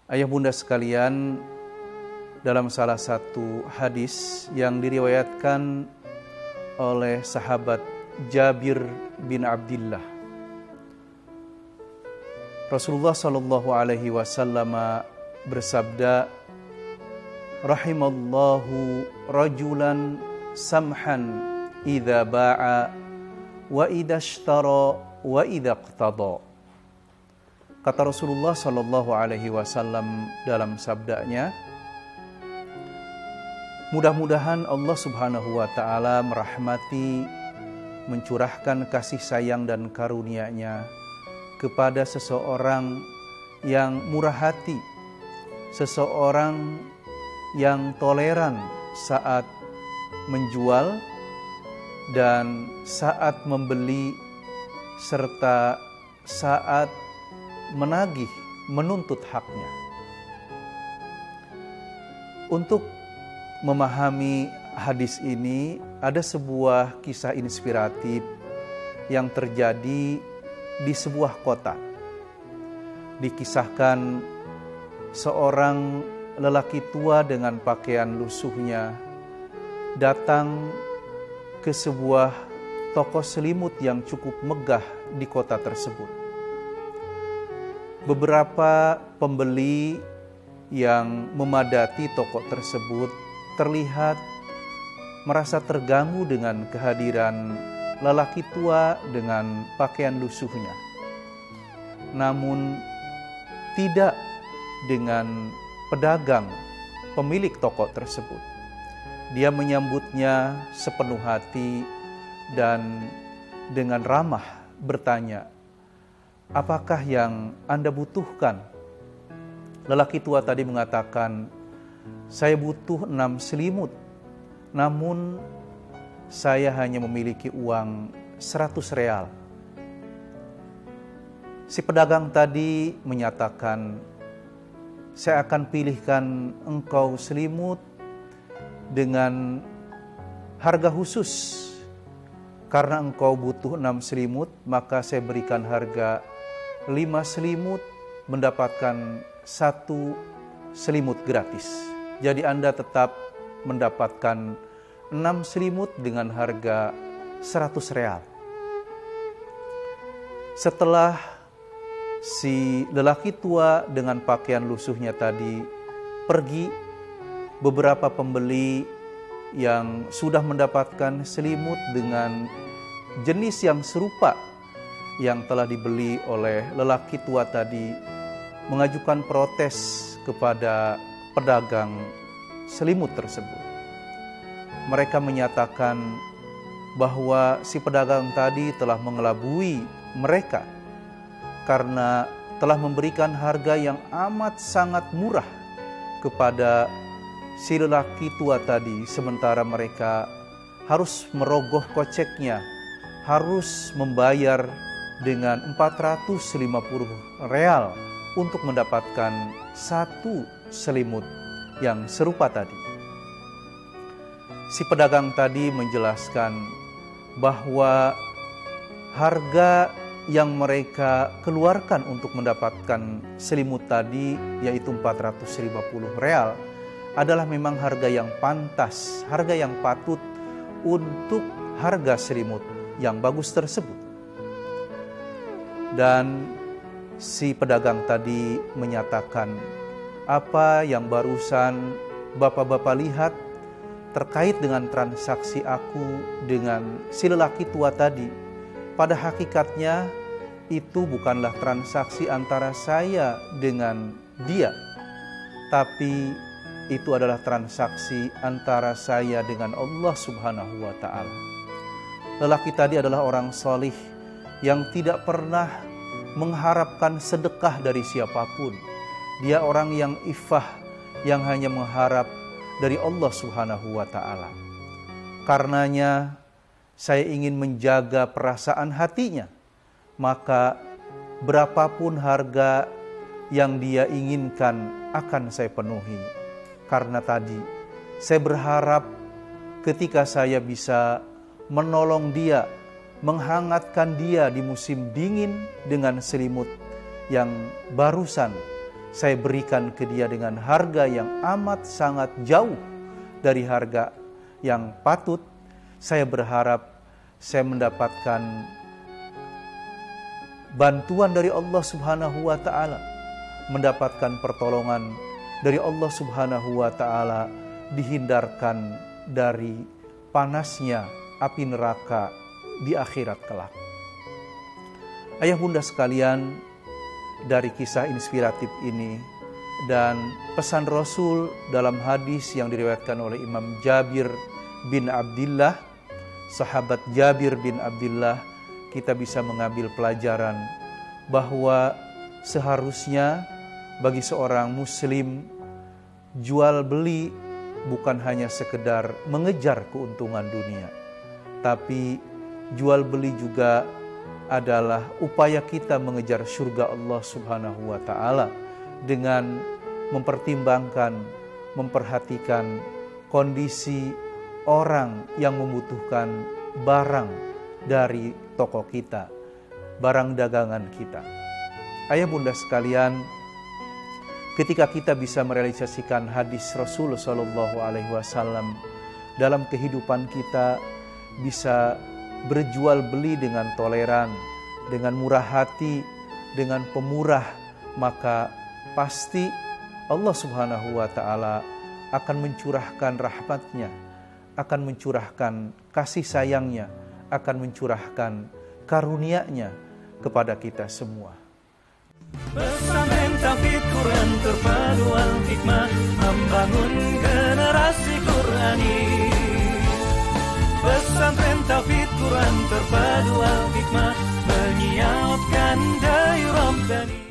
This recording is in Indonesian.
Ayah bunda sekalian, dalam salah satu hadis yang diriwayatkan oleh sahabat Jabir bin Abdullah, Rasulullah sallallahu alaihi wasallam bersabda, rahimallahu rajulan samhan idza ba'a wa idza ishtara wa idza iqtada. Kata Rasulullah sallallahu alaihi wasallam dalam sabdanya, mudah-mudahan Allah Subhanahu wa taala merahmati, mencurahkan kasih sayang dan karunia-Nya kepada seseorang yang murah hati, seseorang yang toleran saat menjual dan saat membeli, serta saat menagih, menuntut haknya. Untuk memahami hadis ini, ada sebuah kisah inspiratif yang terjadi di sebuah kota. Dikisahkan seorang lelaki tua dengan pakaian lusuhnya datang ke sebuah toko selimut yang cukup megah di kota tersebut. Beberapa pembeli yang memadati toko tersebut terlihat merasa terganggu dengan kehadiran lelaki tua dengan pakaian lusuhnya. Namun tidak dengan pedagang pemilik toko tersebut. Dia menyambutnya sepenuh hati dan dengan ramah bertanya, apakah yang Anda butuhkan? Lelaki tua tadi mengatakan, saya butuh 6 selimut, namun saya hanya memiliki uang 100 real. Si pedagang tadi menyatakan, saya akan pilihkan engkau selimut dengan harga khusus. Karena engkau butuh 6 selimut, maka saya berikan harga 5 selimut mendapatkan 1 selimut gratis. Jadi Anda tetap mendapatkan 6 selimut dengan harga 100 real. Setelah si lelaki tua dengan pakaian lusuhnya tadi pergi, beberapa pembeli yang sudah mendapatkan selimut dengan jenis yang serupa yang telah dibeli oleh lelaki tua tadi mengajukan protes kepada pedagang selimut tersebut. Mereka menyatakan bahwa si pedagang tadi telah mengelabui mereka karena telah memberikan harga yang amat sangat murah kepada si lelaki tua tadi, sementara mereka harus merogoh koceknya, harus membayar dengan 450 real untuk mendapatkan 1 selimut yang serupa tadi. Si pedagang tadi menjelaskan bahwa harga yang mereka keluarkan untuk mendapatkan selimut tadi, yaitu 450 real, adalah memang harga yang pantas, harga yang patut untuk harga selimut yang bagus tersebut. Dan si pedagang tadi menyatakan, apa yang barusan bapak-bapak lihat terkait dengan transaksi aku dengan si lelaki tua tadi, pada hakikatnya itu bukanlah transaksi antara saya dengan dia, tapi itu adalah transaksi antara saya dengan Allah Subhanahu wa ta'ala. Lelaki tadi adalah orang salih yang tidak pernah mengharapkan sedekah dari siapapun. Dia orang yang iffah, yang hanya mengharap dari Allah Subhanahu wa ta'ala. Karenanya saya ingin menjaga perasaan hatinya, maka berapapun harga yang dia inginkan akan saya penuhi. Karena tadi saya berharap ketika saya bisa menolong dia, menghangatkan dia di musim dingin dengan selimut yang barusan saya berikan ke dia dengan harga yang amat sangat jauh dari harga yang patut. Saya berharap saya mendapatkan bantuan dari Allah Subhanahu wa Ta'ala, mendapatkan pertolongan dari Allah Subhanahu wa Ta'ala, dihindarkan dari panasnya api neraka di akhirat kelak. Ayah bunda sekalian, dari kisah inspiratif ini dan pesan Rasul dalam hadis yang diriwayatkan oleh Imam Jabir bin Abdillah, sahabat Jabir bin Abdillah, kita bisa mengambil pelajaran bahwa seharusnya bagi seorang muslim jual beli bukan hanya sekedar mengejar keuntungan dunia, tapi jual beli juga adalah upaya kita mengejar surga Allah Subhanahu wa Ta'ala dengan mempertimbangkan, memperhatikan kondisi orang yang membutuhkan barang dari toko kita, barang dagangan kita. Ayah bunda sekalian, ketika kita bisa merealisasikan hadis Rasul Shallallahu Alaihi Wasallam dalam kehidupan kita, bisa berjual beli dengan toleran, dengan murah hati, dengan pemurah, maka pasti Allah Subhanahu wa Ta'ala akan mencurahkan rahmat-Nya, akan mencurahkan kasih sayang-Nya, akan mencurahkan karunia-Nya kepada kita semua. Pesantren Tauhid Quran terpadu al-hikmah, membangun generasi Qurani. Pesantren Tauhid Quran terpadu al-hikmah, menyiapkan dai Rabbani.